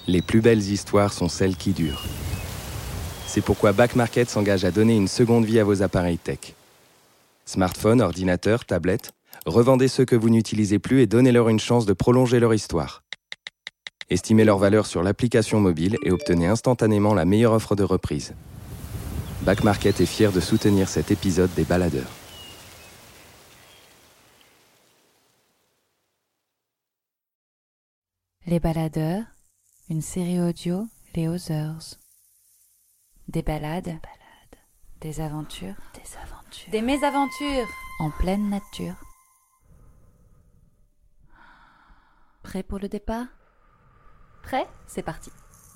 Les plus belles histoires sont celles qui durent. C'est pourquoi Back Market s'engage à donner une seconde vie à vos appareils tech. Smartphones, ordinateurs, tablettes, revendez ceux que vous n'utilisez plus et donnez-leur une chance de prolonger leur histoire. Estimez leur valeur sur l'application mobile et obtenez instantanément la meilleure offre de reprise. Back Market est fier de soutenir cet épisode des Baladeurs. Les Baladeurs, une série audio Les Others. Des balades, des aventures, des mésaventures en pleine nature. Prêt pour le départ ? Prêt ? C'est parti.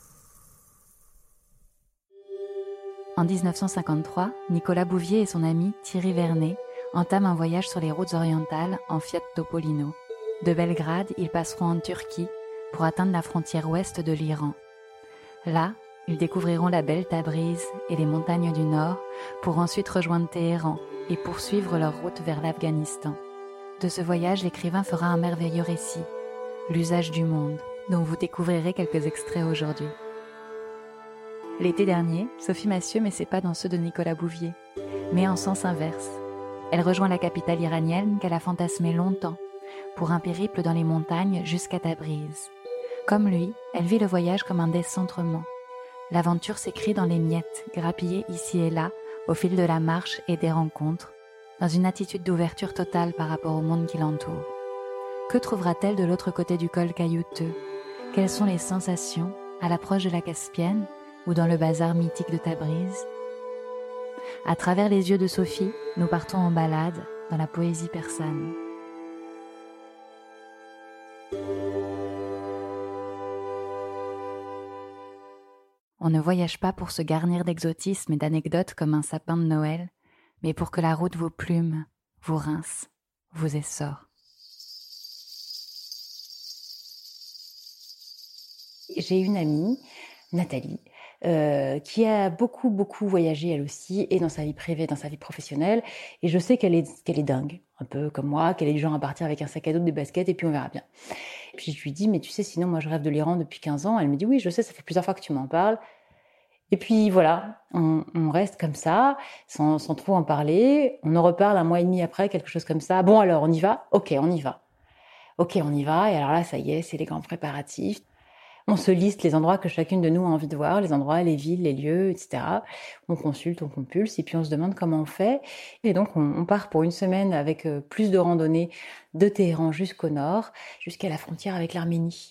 En 1953, Nicolas Bouvier et son ami Thierry Vernet entament un voyage sur les routes orientales en Fiat Topolino. De Belgrade, ils passeront en Turquie pour atteindre la frontière ouest de l'Iran. Là, ils découvriront la belle Tabriz et les montagnes du Nord pour ensuite rejoindre Téhéran et poursuivre leur route vers l'Afghanistan. De ce voyage, l'écrivain fera un merveilleux récit, L'usage du monde, dont vous découvrirez quelques extraits aujourd'hui. L'été dernier, Sophie Massieu met ses pas dans ceux de Nicolas Bouvier, mais en sens inverse. Elle rejoint la capitale iranienne qu'elle a fantasmée longtemps, pour un périple dans les montagnes jusqu'à Tabriz. Comme lui, elle vit le voyage comme un décentrement. L'aventure s'écrit dans les miettes, grappillées ici et là, au fil de la marche et des rencontres, dans une attitude d'ouverture totale par rapport au monde qui l'entoure. Que trouvera-t-elle de l'autre côté du col caillouteux ? Quelles sont les sensations à l'approche de la Caspienne ou dans le bazar mythique de Tabriz ? À travers les yeux de Sophie, nous partons en balade dans la poésie persane. On ne voyage pas pour se garnir d'exotisme et d'anecdotes comme un sapin de Noël, mais pour que la route vous plume, vous rince, vous essore. J'ai une amie, Nathalie, qui a beaucoup voyagé elle aussi, et dans sa vie privée, dans sa vie professionnelle. Et je sais qu'elle est dingue, un peu comme moi, qu'elle est du genre à partir avec un sac à dos, des baskets, et puis on verra bien. Et puis je lui dis, mais tu sais, sinon moi je rêve de l'Iran depuis 15 ans. Elle me dit, oui, je sais, ça fait plusieurs fois que tu m'en parles. Et puis voilà, on reste comme ça, sans trop en parler. On en reparle un mois et demi après, quelque chose comme ça. Bon alors, on y va ? Ok, on y va. Ok, on y va. Et alors là, ça y est, c'est les grands préparatifs. On se liste les endroits que chacune de nous a envie de voir, les endroits, les villes, les lieux, etc. On consulte, on compulse, et puis on se demande comment on fait. Et donc, on part pour une semaine avec plus de randonnées de Téhéran jusqu'au nord, jusqu'à la frontière avec l'Arménie.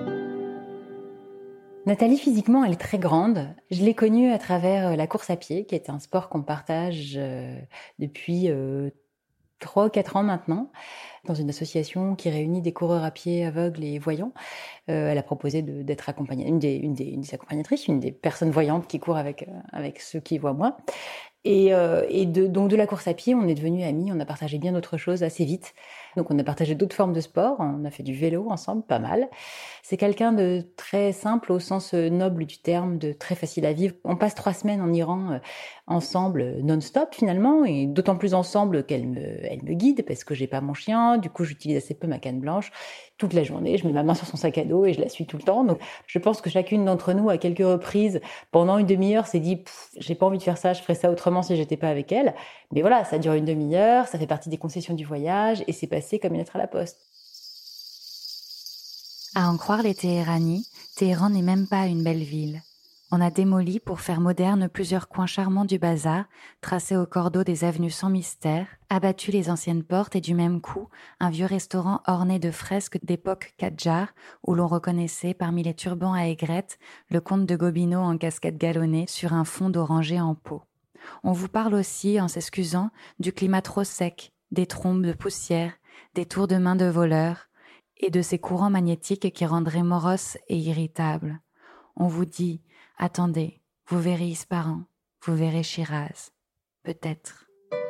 Nathalie, physiquement, elle est très grande. Je l'ai connue à travers la course à pied, qui est un sport qu'on partage depuis 3 ou 4 ans maintenant, dans une association qui réunit des coureurs à pied aveugles et voyants. Elle a proposé d'être accompagnée, une des accompagnatrices, une des personnes voyantes qui courent avec ceux qui voient moins. Donc de la course à pied, on est devenus amis, on a partagé bien d'autres choses assez vite. Donc on a partagé d'autres formes de sport, on a fait du vélo ensemble, pas mal. C'est quelqu'un de très simple au sens noble du terme, de très facile à vivre. On passe 3 semaines en Iran ensemble, non-stop finalement, et d'autant plus ensemble qu'elle me guide parce que j'ai pas mon chien, du coup j'utilise assez peu ma canne blanche. Toute la journée, je mets ma main sur son sac à dos et je la suis tout le temps. Donc je pense que chacune d'entre nous, à quelques reprises, pendant une demi-heure, s'est dit « j'ai pas envie de faire ça, je ferais ça autrement si j'étais pas avec elle ». Mais voilà, ça dure une demi-heure, ça fait partie des concessions du voyage et c'est passé comme une lettre à la poste. À en croire les Téhéranis, Téhéran n'est même pas une belle ville. On a démoli pour faire moderne plusieurs coins charmants du bazar, tracé au cordeau des avenues sans mystère, abattu les anciennes portes et du même coup, un vieux restaurant orné de fresques d'époque Kadjar où l'on reconnaissait parmi les turbans à aigrettes le comte de Gobineau en casquette galonnée sur un fond d'oranger en pot. On vous parle aussi, en s'excusant, du climat trop sec, des trombes de poussière, des tours de main de voleurs et de ces courants magnétiques qui rendraient morose et irritable. On vous dit « Attendez, vous verrez Ispahan, vous verrez Shiraz, peut-être. »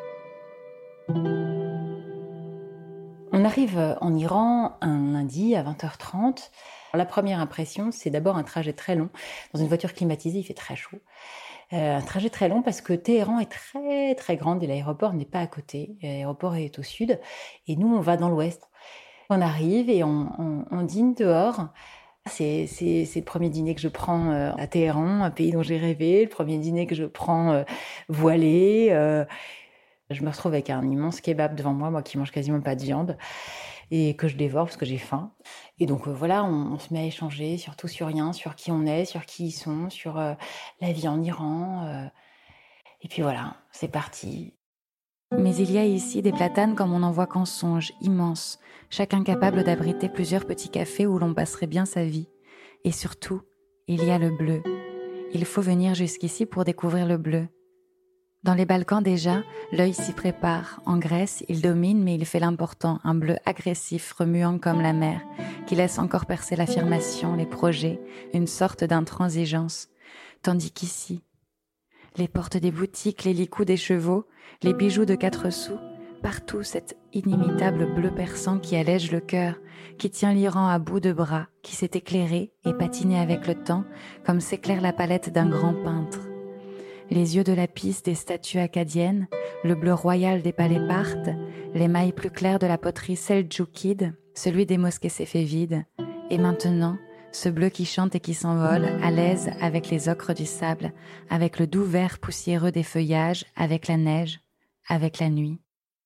On arrive en Iran un lundi à 20h30. La première impression, c'est d'abord un trajet très long. Dans une voiture climatisée, il fait très chaud. Un trajet très long parce que Téhéran est très très grande et l'aéroport n'est pas à côté. L'aéroport est au sud et nous, on va dans l'ouest. On arrive et on dîne dehors C'est le premier dîner que je prends à Téhéran, un pays dont j'ai rêvé, le premier dîner que je prends voilé. Je me retrouve avec un immense kebab devant moi qui mange quasiment pas de viande, et que je dévore parce que j'ai faim. Et donc voilà, on se met à échanger sur tout, sur rien, sur qui on est, sur qui ils sont, sur la vie en Iran. Et puis voilà, c'est parti. Mais il y a ici des platanes comme on n'en voit qu'en songe, immenses, chacun capable d'abriter plusieurs petits cafés où l'on passerait bien sa vie. Et surtout, il y a le bleu. Il faut venir jusqu'ici pour découvrir le bleu. Dans les Balkans déjà, l'œil s'y prépare. En Grèce, il domine mais il fait l'important, un bleu agressif, remuant comme la mer, qui laisse encore percer l'affirmation, les projets, une sorte d'intransigeance. Tandis qu'ici, les portes des boutiques, les licous des chevaux, les bijoux de 4 sous, partout cet inimitable bleu perçant qui allège le cœur, qui tient l'Iran à bout de bras, qui s'est éclairé et patiné avec le temps, comme s'éclaire la palette d'un grand peintre. Les yeux de lapis des statues acadiennes, le bleu royal des palais parthes, l'émail plus clair de la poterie seldjoukide, celui des mosquées séfévides, et maintenant, ce bleu qui chante et qui s'envole, à l'aise avec les ocres du sable, avec le doux vert poussiéreux des feuillages, avec la neige, avec la nuit.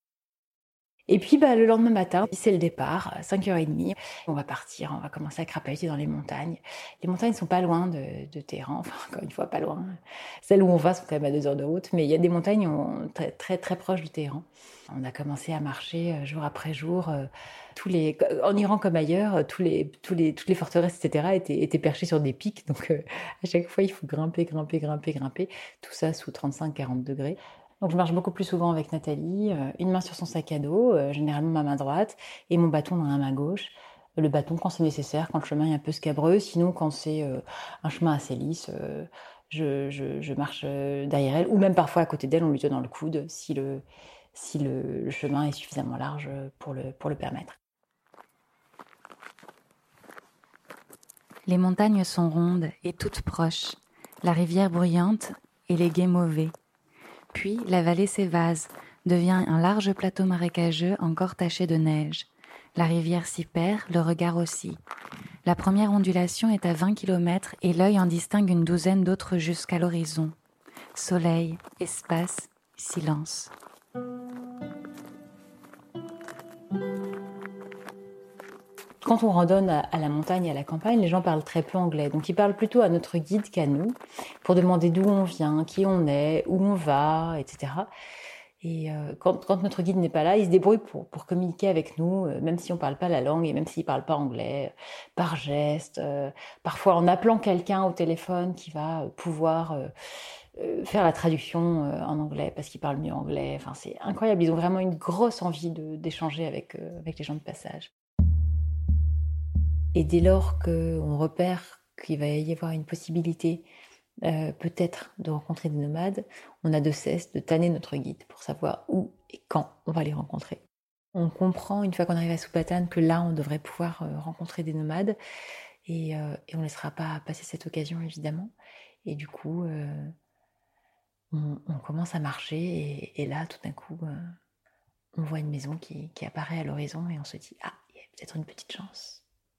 Et puis le lendemain matin, c'est le départ, 5h30. On va partir, on va commencer à crapahuter dans les montagnes. Les montagnes sont pas loin de Téhéran, enfin encore une fois pas loin. Celles où on va sont quand même à 2 heures de route, mais il y a des montagnes très très très proches de Téhéran. On a commencé à marcher jour après jour. En Iran comme ailleurs, toutes les forteresses, etc. étaient perchées sur des pics. Donc à chaque fois, il faut grimper. Tout ça sous 35-40 degrés. Donc je marche beaucoup plus souvent avec Nathalie, une main sur son sac à dos, généralement ma main droite, et mon bâton dans la main gauche. Le bâton quand c'est nécessaire, quand le chemin est un peu scabreux, sinon quand c'est un chemin assez lisse, je marche derrière elle, ou même parfois à côté d'elle, on lui tient dans le coude si le chemin est suffisamment large pour le permettre. Les montagnes sont rondes et toutes proches, la rivière bruyante et les gués mauvais. Puis la vallée s'évase, devient un large plateau marécageux encore taché de neige. La rivière s'y perd, le regard aussi. La première ondulation est à 20 km et l'œil en distingue une douzaine d'autres jusqu'à l'horizon. Soleil, espace, silence. Quand on randonne à la montagne et à la campagne, les gens parlent très peu anglais. Donc ils parlent plutôt à notre guide qu'à nous, pour demander d'où on vient, qui on est, où on va, etc. Et quand notre guide n'est pas là, il se débrouille pour communiquer avec nous, même si on ne parle pas la langue et même s'il ne parle pas anglais, par geste, parfois en appelant quelqu'un au téléphone qui va pouvoir faire la traduction en anglais parce qu'il parle mieux anglais. Enfin, c'est incroyable, ils ont vraiment une grosse envie d'échanger avec les gens de passage. Et dès lors qu'on repère qu'il va y avoir une possibilité peut-être de rencontrer des nomades, on a de cesse de tanner notre guide pour savoir où et quand on va les rencontrer. On comprend une fois qu'on arrive à Soupatane que là on devrait pouvoir rencontrer des nomades et on ne laissera pas passer cette occasion évidemment. Et du coup on commence à marcher et là tout d'un coup on voit une maison qui apparaît à l'horizon et on se dit « Ah, il y a peut-être une petite chance ».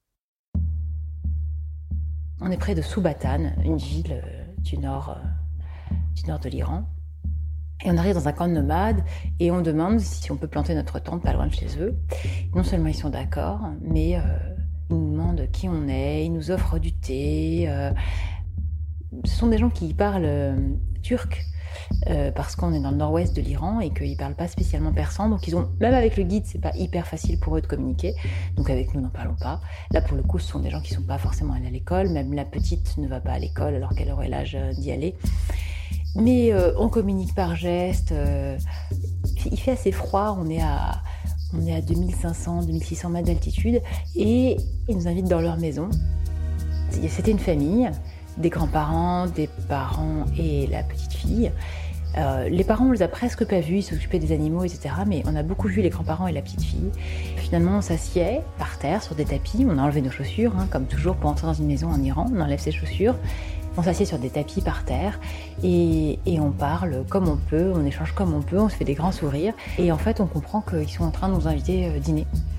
On est près de Soupatane, une ville du nord de l'Iran. Et on arrive dans un camp de nomades et on demande si on peut planter notre tente pas loin de chez eux. Non seulement ils sont d'accord, mais ils nous demandent qui on est, ils nous offrent du thé. Ce sont des gens qui parlent turc, parce qu'on est dans le nord-ouest de l'Iran et qu'ils ne parlent pas spécialement persan. Donc même avec le guide, c'est pas hyper facile pour eux de communiquer. Donc avec nous, n'en parlons pas. Là, pour le coup, ce sont des gens qui ne sont pas forcément allés à l'école. Même la petite ne va pas à l'école alors qu'elle aurait l'âge d'y aller. Mais on communique par geste. Il fait assez froid. On est à 2500, 2600 mètres d'altitude. Et ils nous invitent dans leur maison. C'était une famille. Des grands-parents, des parents et la petite fille. Les parents, on les a presque pas vus, ils s'occupaient des animaux, etc. Mais on a beaucoup vu les grands-parents et la petite fille. Finalement, on s'assied par terre sur des tapis. On a enlevé nos chaussures, comme toujours pour entrer dans une maison en Iran. On enlève ses chaussures. On s'assied sur des tapis par terre et on parle comme on peut, on échange comme on peut, on se fait des grands sourires. Et en fait, on comprend qu'ils sont en train de nous inviter dîner.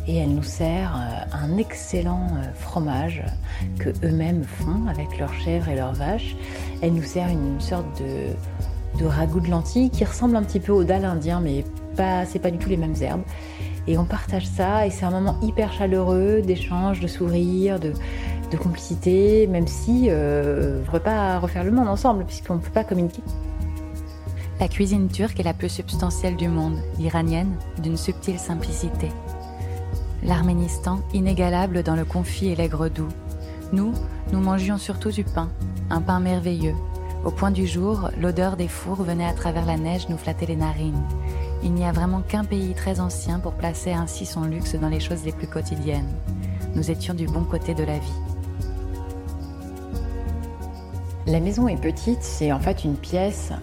et elle nous sert un excellent fromage que eux-mêmes font avec leurs chèvres et leurs vaches. Elle nous sert une sorte de ragoût de lentilles qui ressemble un petit peu au dal indien, mais c'est pas du tout les mêmes herbes. Et on partage ça, et c'est un moment hyper chaleureux, d'échange, de sourire, de complicité, même si on ne pourrait pas refaire le monde ensemble, puisqu'on ne peut pas communiquer. La cuisine turque est la plus substantielle du monde, l'iranienne d'une subtile simplicité. L'Arménistan, inégalable dans le confit et l'aigre doux. Nous mangions surtout du pain, un pain merveilleux. Au point du jour, l'odeur des fours venait à travers la neige nous flatter les narines. Il n'y a vraiment qu'un pays très ancien pour placer ainsi son luxe dans les choses les plus quotidiennes. Nous étions du bon côté de la vie. La maison est petite, c'est en fait une pièce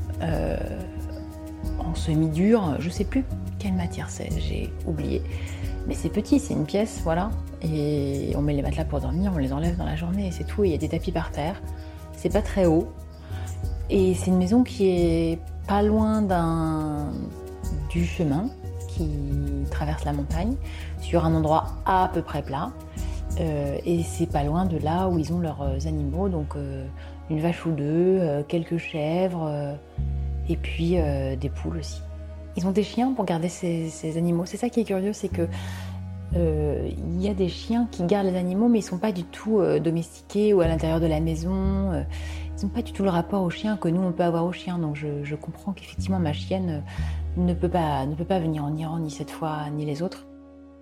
en semi-dur, je sais plus quelle matière c'est, j'ai oublié. Mais c'est petit, c'est une pièce, voilà. Et on met les matelas pour dormir, on les enlève dans la journée et c'est tout. Il y a des tapis par terre, c'est pas très haut. Et c'est une maison qui est pas loin du chemin qui traverse la montagne, sur un endroit à peu près plat. Et c'est pas loin de là où ils ont leurs animaux, donc une vache ou deux, quelques chèvres, et puis des poules aussi. Ils ont des chiens pour garder ces animaux. C'est ça qui est curieux, c'est que il y a des chiens qui gardent les animaux, mais ils sont pas du tout domestiqués ou à l'intérieur de la maison. Ils n'ont pas du tout le rapport au chien que nous on peut avoir au chien. Donc je comprends qu'effectivement ma chienne ne peut pas venir en Iran ni cette fois ni les autres.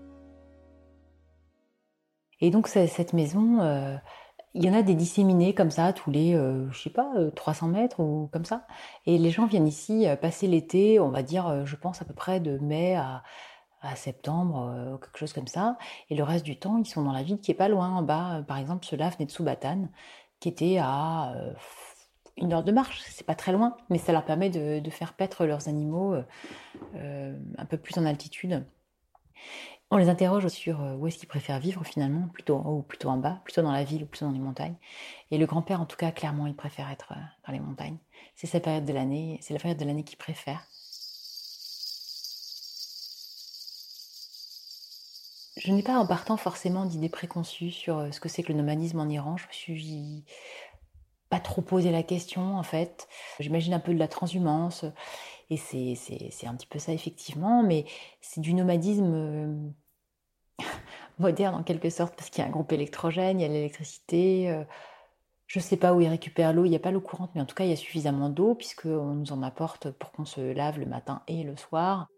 Et donc cette maison, il y en a des disséminés comme ça tous les, 300 mètres ou comme ça. Et les gens viennent ici passer l'été, on va dire, je pense à peu près de mai à septembre, quelque chose comme ça. Et le reste du temps, ils sont dans la ville qui est pas loin en bas. Par exemple, ceux-là venaient de Soubatan, qui était à 1 heure de marche. C'est pas très loin, mais ça leur permet de faire paître leurs animaux un peu plus en altitude. On les interroge sur où est-ce qu'ils préfèrent vivre finalement, plutôt en haut ou plutôt en bas, plutôt dans la ville ou plutôt dans les montagnes. Et le grand-père, en tout cas, clairement, il préfère être dans les montagnes. C'est sa période de l'année, c'est la période de l'année qu'il préfère. Je n'ai pas en partant forcément d'idées préconçues sur ce que c'est que le nomadisme en Iran. Je me suis pas trop posé la question en fait. J'imagine un peu de la transhumance. Et c'est un petit peu ça effectivement, mais c'est du nomadisme moderne en quelque sorte, parce qu'il y a un groupe électrogène, il y a l'électricité. Je ne sais pas où ils récupèrent l'eau, il n'y a pas l'eau courante, mais en tout cas il y a suffisamment d'eau, puisqu'on nous en apporte pour qu'on se lave le matin et le soir.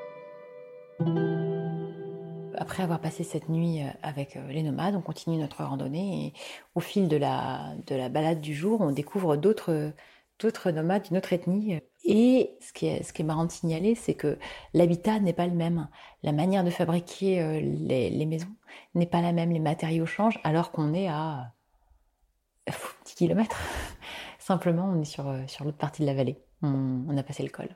Après avoir passé cette nuit avec les nomades, on continue notre randonnée, et au fil de la balade du jour, on découvre d'autres nomades d'une autre ethnie. Et ce qui est marrant de signaler, c'est que l'habitat n'est pas le même. La manière de fabriquer les maisons n'est pas la même. Les matériaux changent alors qu'on est à 10 km. Simplement, on est sur l'autre partie de la vallée. On a passé le col.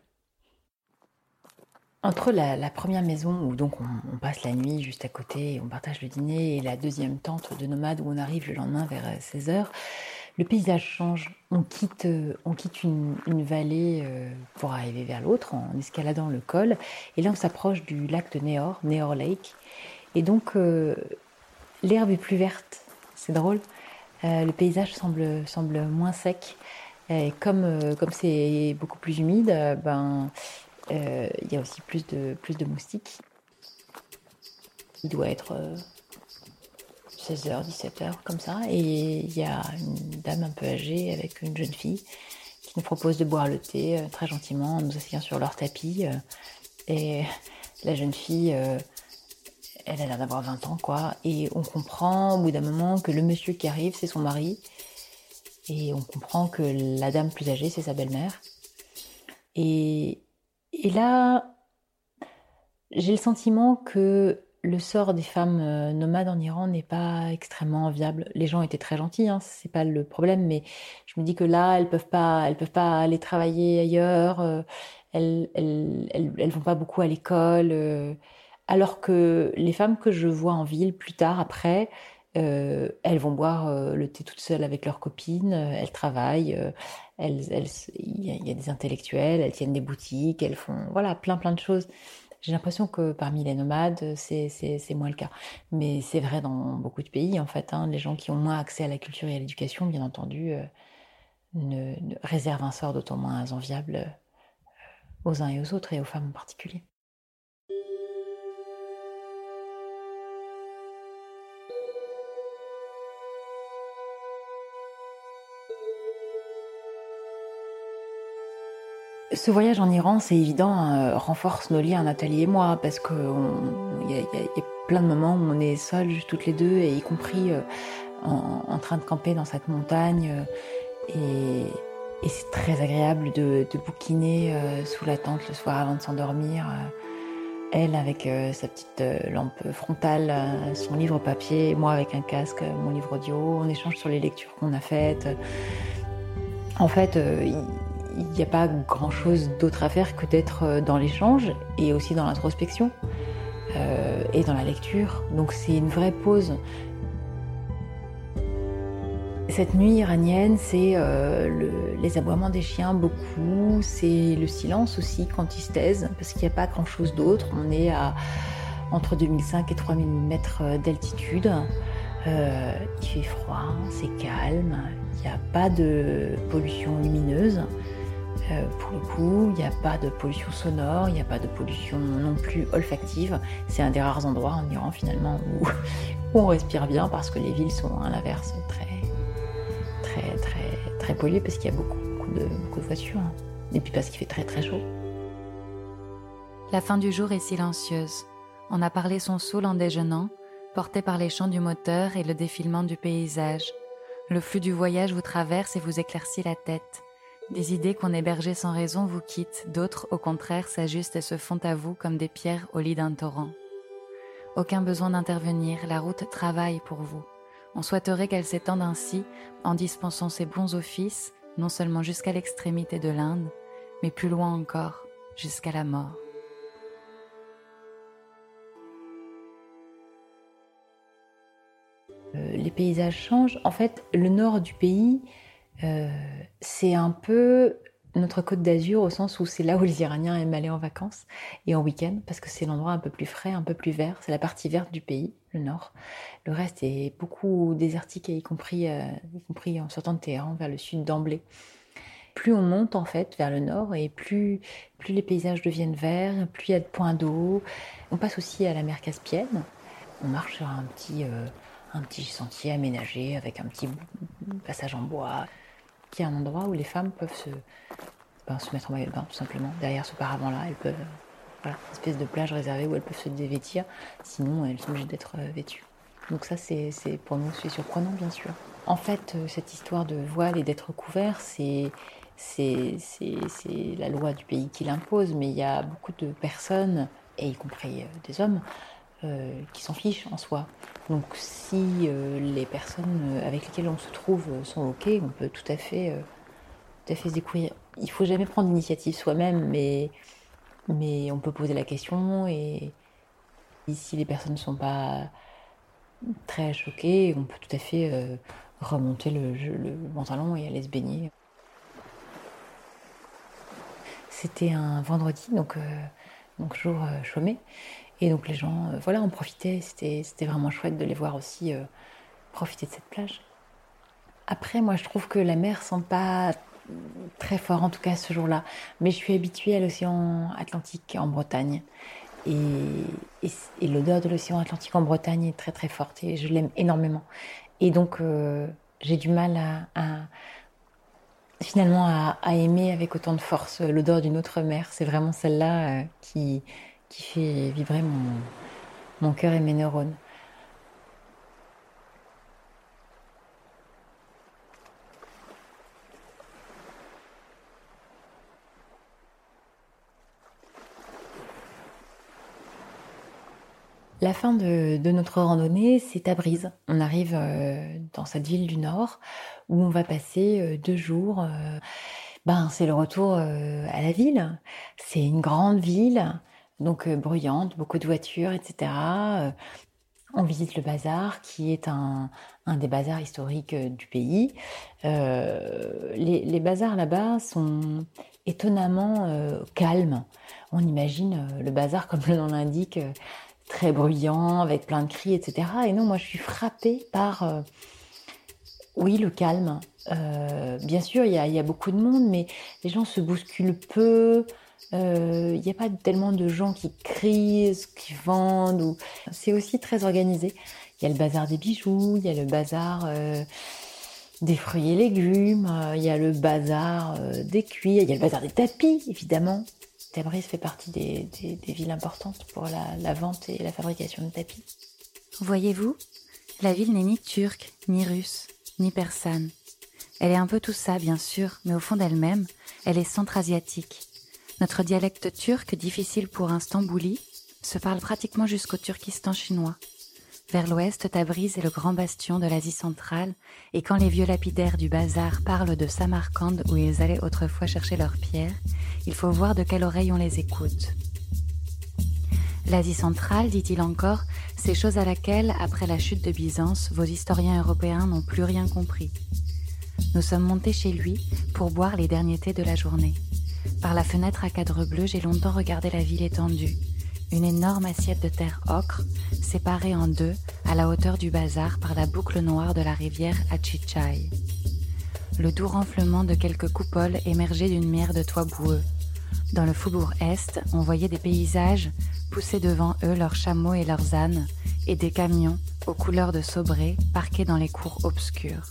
Entre la première maison où donc on passe la nuit juste à côté et on partage le dîner, et la deuxième tente de nomades où on arrive le lendemain vers 16h, le paysage change. On quitte une vallée pour arriver vers l'autre en escaladant le col. Et là, on s'approche du lac de Nehor Lake. Et donc, l'herbe est plus verte. C'est drôle. Le paysage semble moins sec. Et comme c'est beaucoup plus humide, il y a aussi plus de moustiques. Il doit être 16h, 17h, comme ça, et il y a une dame un peu âgée avec une jeune fille qui nous propose de boire le thé très gentiment en nous asseyant sur leur tapis. Et la jeune fille, elle a l'air d'avoir 20 ans, quoi, et on comprend au bout d'un moment que le monsieur qui arrive, c'est son mari, et on comprend que la dame plus âgée, c'est sa belle-mère. Et là, j'ai le sentiment que le sort des femmes nomades en Iran n'est pas extrêmement enviable. Les gens étaient très gentils, hein, c'est pas le problème, mais je me dis que là, elles peuvent pas aller travailler ailleurs, elles vont pas beaucoup à l'école, alors que les femmes que je vois en ville plus tard, après, elles vont boire le thé toutes seules avec leurs copines, elles travaillent, il y a des intellectuels, elles tiennent des boutiques, elles font voilà plein de choses. J'ai l'impression que parmi les nomades, c'est moins le cas. Mais c'est vrai dans beaucoup de pays, en fait, hein, les gens qui ont moins accès à la culture et à l'éducation, bien entendu, réservent un sort d'autant moins enviable aux uns et aux autres, et aux femmes en particulier. Ce voyage en Iran, c'est évident, renforce nos liens, Nathalie et moi, parce qu'il y a plein de moments où on est seuls, juste toutes les deux, et y compris en train de camper dans cette montagne. Et c'est très agréable de bouquiner sous la tente le soir avant de s'endormir. Elle avec sa petite lampe frontale, son livre papier, moi avec un casque, mon livre audio. On échange sur les lectures qu'on a faites. En fait, il n'y a pas grand-chose d'autre à faire que d'être dans l'échange et aussi dans l'introspection et dans la lecture. Donc c'est une vraie pause. Cette nuit iranienne, c'est les aboiements des chiens beaucoup, c'est le silence aussi quand ils se taisent, parce qu'il n'y a pas grand-chose d'autre. On est à entre 2005 et 3000 mètres d'altitude. Il fait froid, c'est calme, il n'y a pas de pollution lumineuse. Pour le coup, il n'y a pas de pollution sonore, il n'y a pas de pollution non plus olfactive. C'est un des rares endroits en Iran finalement où on respire bien, parce que les villes sont à l'inverse très polluées, parce qu'il y a beaucoup de voitures. Et puis parce qu'il fait très très chaud. La fin du jour est silencieuse. On a parlé son saoul en déjeunant, porté par les chants du moteur et le défilement du paysage. Le flux du voyage vous traverse et vous éclaircit la tête. Des idées qu'on hébergeait sans raison vous quittent, d'autres, au contraire, s'ajustent et se font à vous comme des pierres au lit d'un torrent. Aucun besoin d'intervenir, la route travaille pour vous. On souhaiterait qu'elle s'étende ainsi, en dispensant ses bons offices, non seulement jusqu'à l'extrémité de l'Inde, mais plus loin encore, jusqu'à la mort. Les paysages changent. En fait, le nord du pays, c'est un peu notre Côte d'Azur, au sens où c'est là où les Iraniens aiment aller en vacances et en week-end, parce que c'est l'endroit un peu plus frais, un peu plus vert. C'est la partie verte du pays, le nord. Le reste est beaucoup désertique, y compris en sortant de Téhéran vers le sud d'emblée. Plus on monte en fait vers le nord, et plus les paysages deviennent verts, plus il y a de points d'eau. On passe aussi à la mer Caspienne. On marche sur un petit sentier aménagé avec un petit passage en bois, qui est un endroit où les femmes peuvent se mettre en maillot de bain, tout simplement. Derrière ce paravent-là, elles peuvent, une espèce de plage réservée où elles peuvent se dévêtir, sinon elles sont obligées d'être vêtues. Donc ça, c'est pour nous, c'est surprenant, bien sûr. En fait, cette histoire de voile et d'être couvert, c'est la loi du pays qui l'impose, mais il y a beaucoup de personnes, et y compris des hommes, qui s'en fichent en soi. Donc si les personnes avec lesquelles on se trouve sont OK, on peut tout à fait se découvrir. Il faut jamais prendre l'initiative soi-même, mais on peut poser la question, et si les personnes ne sont pas très choquées, on peut tout à fait remonter le pantalon et aller se baigner. C'était un vendredi, donc jour chômé. Et donc les gens, en profitaient. C'était vraiment chouette de les voir aussi profiter de cette plage. Après, moi, je trouve que la mer sent pas très fort, en tout cas ce jour-là. Mais je suis habituée à l'océan Atlantique en Bretagne. Et l'odeur de l'océan Atlantique en Bretagne est très très forte, et je l'aime énormément. Et donc, j'ai du mal finalement à aimer avec autant de force l'odeur d'une autre mer. C'est vraiment celle-là qui fait vibrer mon cœur et mes neurones. La fin de notre randonnée, c'est Tabriz. On arrive dans cette ville du Nord où on va passer 2 jours. C'est le retour à la ville. C'est une grande ville, donc bruyante, beaucoup de voitures, etc. On visite le bazar, qui est un des bazars historiques du pays. Les bazars là-bas sont étonnamment calme. On imagine le bazar, comme le nom l'indique, très bruyant, avec plein de cris, etc. Et non, moi je suis frappée par, oui, le calme. Bien sûr, il y a beaucoup de monde, mais les gens se bousculent peu. Il n'y a pas tellement de gens qui crient, qui vendent. C'est aussi très organisé. Il y a le bazar des bijoux, il y a le bazar des fruits et légumes, il y a le bazar des cuirs, il y a le bazar des tapis, évidemment. Tabriz fait partie des villes importantes pour la vente et la fabrication de tapis. Voyez-vous, la ville n'est ni turque, ni russe, ni persane. Elle est un peu tout ça, bien sûr, mais au fond d'elle-même, elle est centra-asiatique. Notre dialecte turc, difficile pour un Stambouli, se parle pratiquement jusqu'au Turkestan chinois. Vers l'ouest, Tabriz est le grand bastion de l'Asie centrale, et quand les vieux lapidaires du bazar parlent de Samarcande où ils allaient autrefois chercher leurs pierres, il faut voir de quelle oreille on les écoute. L'Asie centrale, dit-il encore, c'est chose à laquelle, après la chute de Byzance, vos historiens européens n'ont plus rien compris. Nous sommes montés chez lui pour boire les derniers thés de la journée. Par la fenêtre à cadre bleu, j'ai longtemps regardé la ville étendue. Une énorme assiette de terre ocre, séparée en deux, à la hauteur du bazar par la boucle noire de la rivière Achichai. Le doux renflement de quelques coupoles émergeait d'une mière de toits boueux. Dans le faubourg est, on voyait des paysages pousser devant eux leurs chameaux et leurs ânes, et des camions aux couleurs de saubré parqués dans les cours obscures.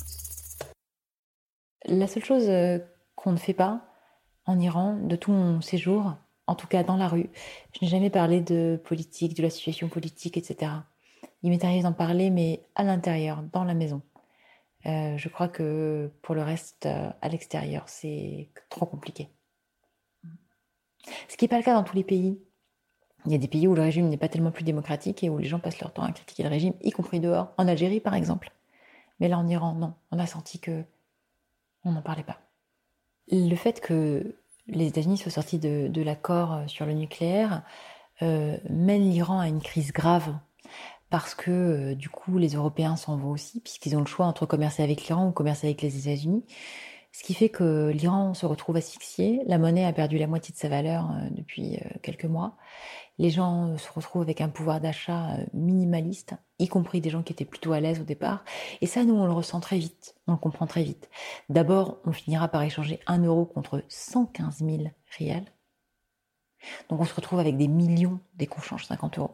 La seule chose qu'on ne fait pas en Iran, de tout mon séjour, en tout cas dans la rue, je n'ai jamais parlé de politique, de la situation politique, etc. Il m'est arrivé d'en parler, mais à l'intérieur, dans la maison. Je crois que pour le reste, à l'extérieur, c'est trop compliqué. Ce qui n'est pas le cas dans tous les pays. Il y a des pays où le régime n'est pas tellement plus démocratique et où les gens passent leur temps à critiquer le régime, y compris dehors. En Algérie, par exemple. Mais là, en Iran, non. On a senti que on n'en parlait pas. Le fait que les États-Unis soient sortis de l'accord sur le nucléaire mène l'Iran à une crise grave parce que du coup les Européens s'en vont aussi puisqu'ils ont le choix entre commercer avec l'Iran ou commercer avec les États-Unis. Ce qui fait que l'Iran se retrouve asphyxié, la monnaie a perdu la moitié de sa valeur depuis quelques mois. Les gens se retrouvent avec un pouvoir d'achat minimaliste, y compris des gens qui étaient plutôt à l'aise au départ. Et ça, nous, on le ressent très vite, on le comprend très vite. D'abord, on finira par échanger 1 euro contre 115 000 rials. Donc on se retrouve avec des millions dès qu'on change 50 euros.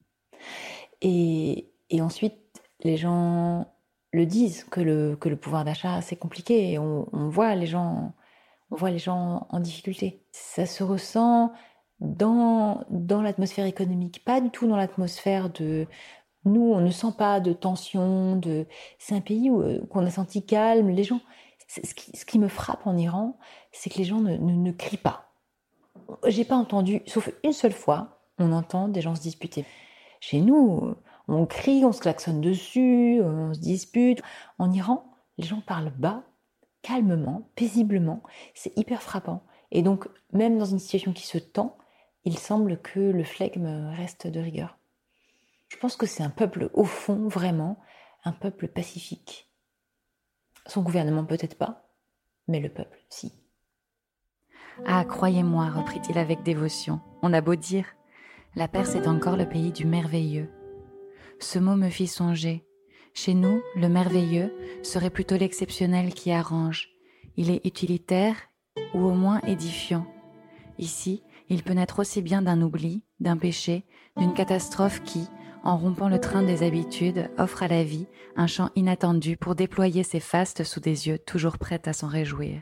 Et ensuite, les gens le disent que le pouvoir d'achat, c'est compliqué. Et on voit les gens en difficulté. Ça se ressent dans l'atmosphère économique, pas du tout dans l'atmosphère de... Nous, on ne sent pas de tension, c'est un pays qu'on a senti calme. Les gens... Ce qui me frappe en Iran, c'est que les gens ne crient pas. J'ai pas entendu, sauf une seule fois, on entend des gens se disputer. Chez nous, on crie, on se klaxonne dessus, on se dispute. En Iran, les gens parlent bas, calmement, paisiblement. C'est hyper frappant. Et donc, même dans une situation qui se tend, il semble que le flegme reste de rigueur. Je pense que c'est un peuple, au fond, vraiment, un peuple pacifique. Son gouvernement, peut-être pas, mais le peuple, si. Ah, croyez-moi, reprit-il avec dévotion, on a beau dire, la Perse est encore le pays du merveilleux. Ce mot me fit songer. Chez nous, le merveilleux serait plutôt l'exceptionnel qui arrange. Il est utilitaire ou au moins édifiant. Ici, il peut naître aussi bien d'un oubli, d'un péché, d'une catastrophe qui, en rompant le train des habitudes, offre à la vie un champ inattendu pour déployer ses fastes sous des yeux toujours prêts à s'en réjouir.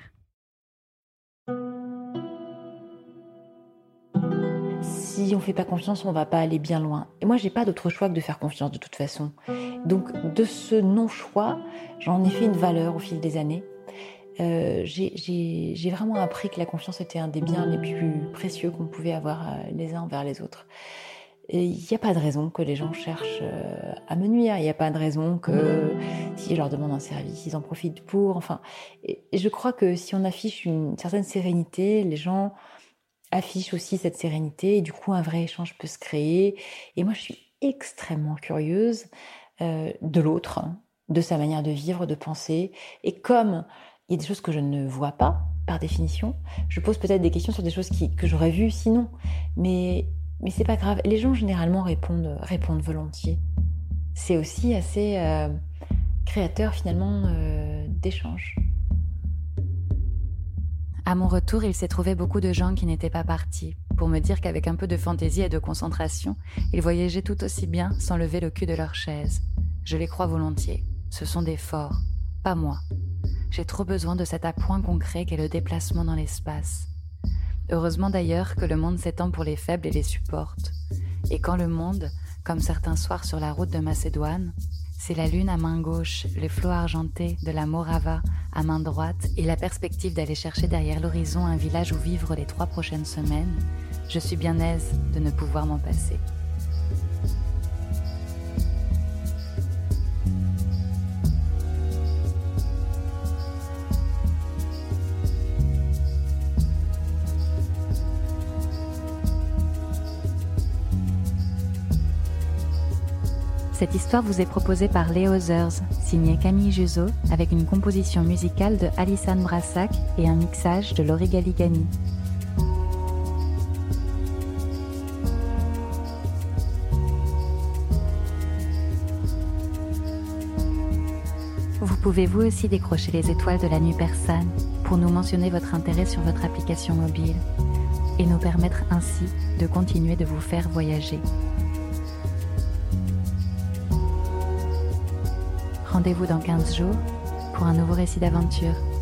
Si on ne fait pas confiance, on ne va pas aller bien loin. Et moi, j'ai pas d'autre choix que de faire confiance de toute façon. Donc, de ce non-choix, j'en ai fait une valeur au fil des années. J'ai vraiment appris que la confiance était un des biens les plus précieux qu'on pouvait avoir les uns envers les autres. Il n'y a pas de raison que les gens cherchent à me nuire. Il n'y a pas de raison que si je leur demande un service, ils en profitent pour. Enfin, et je crois que si on affiche une certaine sérénité, les gens affichent aussi cette sérénité et du coup un vrai échange peut se créer. Et moi, je suis extrêmement curieuse de l'autre, de sa manière de vivre, de penser. Et comme il y a des choses que je ne vois pas, par définition. Je pose peut-être des questions sur des choses que j'aurais vues sinon. Mais c'est pas grave. Les gens, généralement, répondent volontiers. C'est aussi assez créateur, finalement, d'échanges. À mon retour, il s'est trouvé beaucoup de gens qui n'étaient pas partis, pour me dire qu'avec un peu de fantaisie et de concentration, ils voyageaient tout aussi bien sans lever le cul de leur chaise. Je les crois volontiers. Ce sont des forts, pas moi. J'ai trop besoin de cet appoint concret qu'est le déplacement dans l'espace. Heureusement d'ailleurs que le monde s'étend pour les faibles et les supporte. Et quand le monde, comme certains soirs sur la route de Macédoine, c'est la lune à main gauche, les flots argentés de la Morava à main droite et la perspective d'aller chercher derrière l'horizon un village où vivre les 3 prochaines semaines, je suis bien aise de ne pouvoir m'en passer. Cette histoire vous est proposée par Les Others, signé Camille Juzo, avec une composition musicale de Alissane Brassac et un mixage de Laurie Galigani. Vous pouvez vous aussi décrocher les étoiles de la nuit persane pour nous mentionner votre intérêt sur votre application mobile et nous permettre ainsi de continuer de vous faire voyager. Rendez-vous dans 15 jours pour un nouveau récit d'aventure.